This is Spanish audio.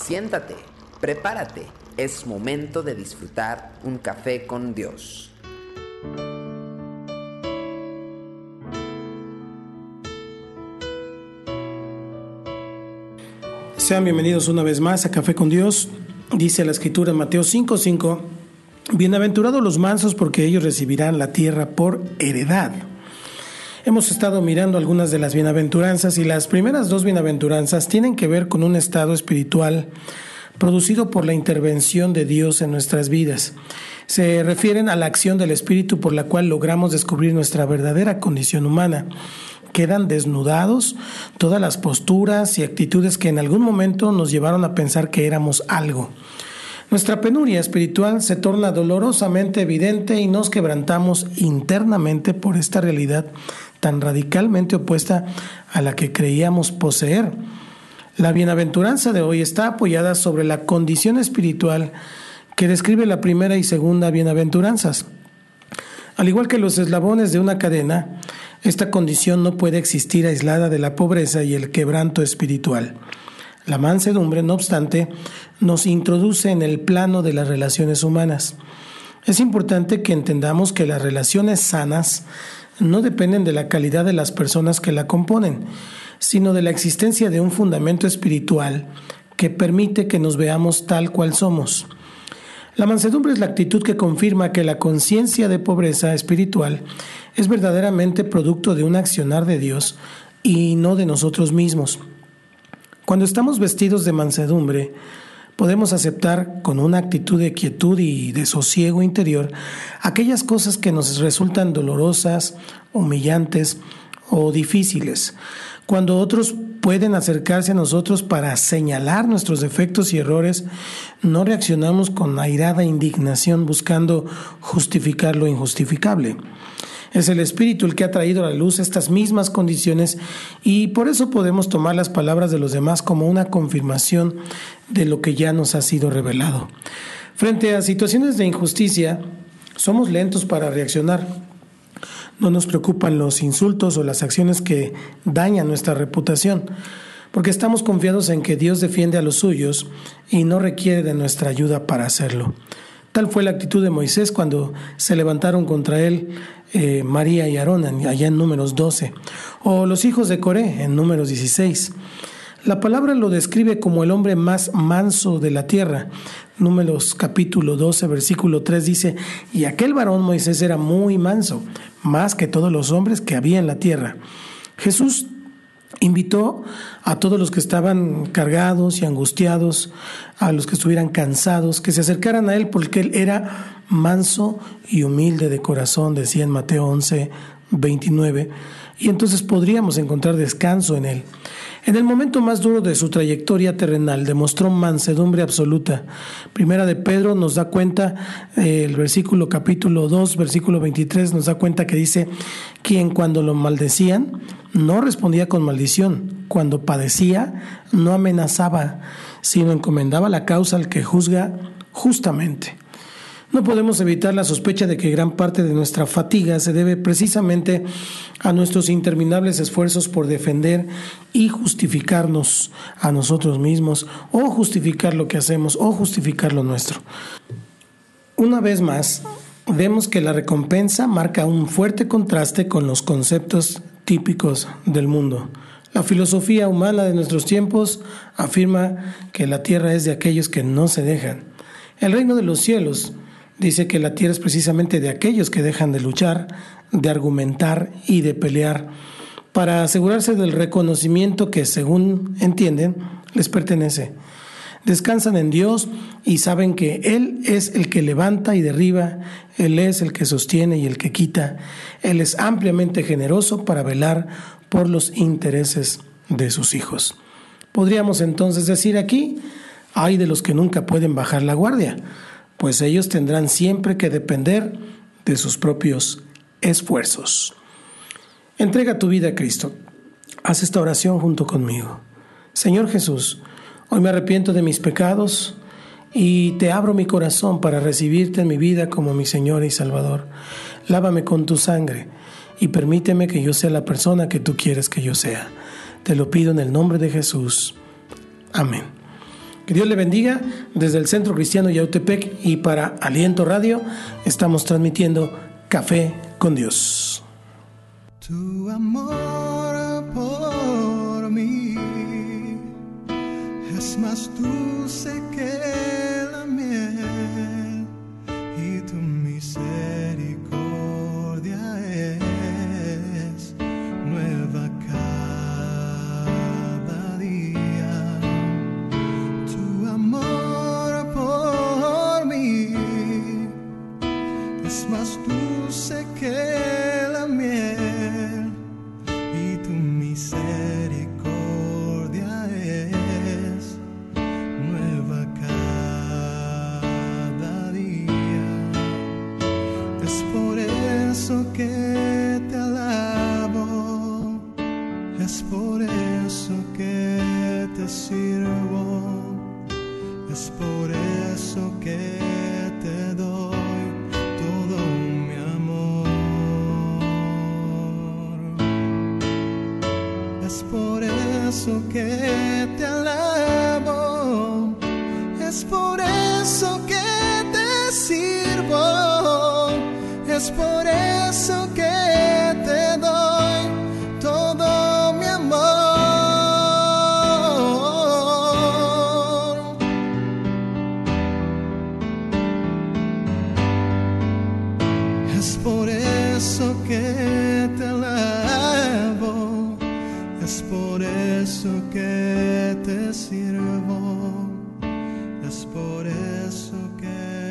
Siéntate, prepárate, es momento de disfrutar un café con Dios. Sean bienvenidos una vez más a Café con Dios. Dice la Escritura en Mateo 5:5: bienaventurados los mansos, porque ellos recibirán la tierra por heredad. Hemos estado mirando algunas de las bienaventuranzas y las primeras dos bienaventuranzas tienen que ver con un estado espiritual producido por la intervención de Dios en nuestras vidas. Se refieren a la acción del Espíritu por la cual logramos descubrir nuestra verdadera condición humana. Quedan desnudados todas las posturas y actitudes que en algún momento nos llevaron a pensar que éramos algo. Nuestra penuria espiritual se torna dolorosamente evidente y nos quebrantamos internamente por esta realidad tan radicalmente opuesta a la que creíamos poseer. La bienaventuranza de hoy está apoyada sobre la condición espiritual que describe la primera y segunda bienaventuranzas. Al igual que los eslabones de una cadena, esta condición no puede existir aislada de la pobreza y el quebranto espiritual. La mansedumbre, no obstante, nos introduce en el plano de las relaciones humanas. Es importante que entendamos que las relaciones sanas no dependen de la calidad de las personas que la componen, sino de la existencia de un fundamento espiritual que permite que nos veamos tal cual somos. La mansedumbre es la actitud que confirma que la conciencia de pobreza espiritual es verdaderamente producto de un accionar de Dios y no de nosotros mismos. Cuando estamos vestidos de mansedumbre, podemos aceptar con una actitud de quietud y de sosiego interior aquellas cosas que nos resultan dolorosas, humillantes o difíciles. Cuando otros pueden acercarse a nosotros para señalar nuestros defectos y errores, no reaccionamos con airada indignación buscando justificar lo injustificable. Es el Espíritu el que ha traído a la luz estas mismas condiciones y por eso podemos tomar las palabras de los demás como una confirmación de lo que ya nos ha sido revelado. Frente a situaciones de injusticia, somos lentos para reaccionar. No nos preocupan los insultos o las acciones que dañan nuestra reputación, porque estamos confiados en que Dios defiende a los suyos y no requiere de nuestra ayuda para hacerlo. Tal fue la actitud de Moisés cuando se levantaron contra él María y Aarón, allá en Números 12, o los hijos de Coré, en Números 16. La palabra lo describe como el hombre más manso de la tierra. Números capítulo 12, versículo 3 dice: y aquel varón Moisés era muy manso, más que todos los hombres que había en la tierra. Jesús invitó a todos los que estaban cargados y angustiados, a los que estuvieran cansados, que se acercaran a él porque él era manso y humilde de corazón, decía en Mateo 11, 29, y entonces podríamos encontrar descanso en él. En el momento más duro de su trayectoria terrenal demostró mansedumbre absoluta. Primera de Pedro nos da cuenta, el versículo capítulo 2, versículo 23 nos da cuenta que dice: quien cuando lo maldecían no respondía con maldición, cuando padecía no amenazaba, sino encomendaba la causa al que juzga justamente. No podemos evitar la sospecha de que gran parte de nuestra fatiga se debe precisamente a nuestros interminables esfuerzos por defender y justificarnos a nosotros mismos, o justificar lo que hacemos, o justificar lo nuestro. Una vez más, vemos que la recompensa marca un fuerte contraste con los conceptos típicos del mundo. La filosofía humana de nuestros tiempos afirma que la tierra es de aquellos que no se dejan. El reino de los cielos dice que la tierra es precisamente de aquellos que dejan de luchar, de argumentar y de pelear para asegurarse del reconocimiento que, según entienden, les pertenece. Descansan en Dios y saben que Él es el que levanta y derriba, Él es el que sostiene y el que quita. Él es ampliamente generoso para velar por los intereses de sus hijos. Podríamos entonces decir aquí: ay de los que nunca pueden bajar la guardia, pues ellos tendrán siempre que depender de sus propios esfuerzos. Entrega tu vida a Cristo. Haz esta oración junto conmigo. Señor Jesús, hoy me arrepiento de mis pecados y te abro mi corazón para recibirte en mi vida como mi Señor y Salvador. Lávame con tu sangre y permíteme que yo sea la persona que tú quieres que yo sea. Te lo pido en el nombre de Jesús. Amén. Que Dios le bendiga. Desde el Centro Cristiano Yautepec y para Aliento Radio estamos transmitiendo Café con Dios. Tu amor por mí es más dulce que la miel y tu misericordia es nueva cada día. Tu amor por mí es más dulce que la miel y tu misericordia es nueva cada día. Es por eso que te alabo, es por eso que te sirvo, es por eso que te doy todo mi amor. Es por eso que te alabo, es por eso que te sirvo, es por eso que te doy todo mi amor. Es por eso que te alabo, es por eso que te sirvo, es por eso que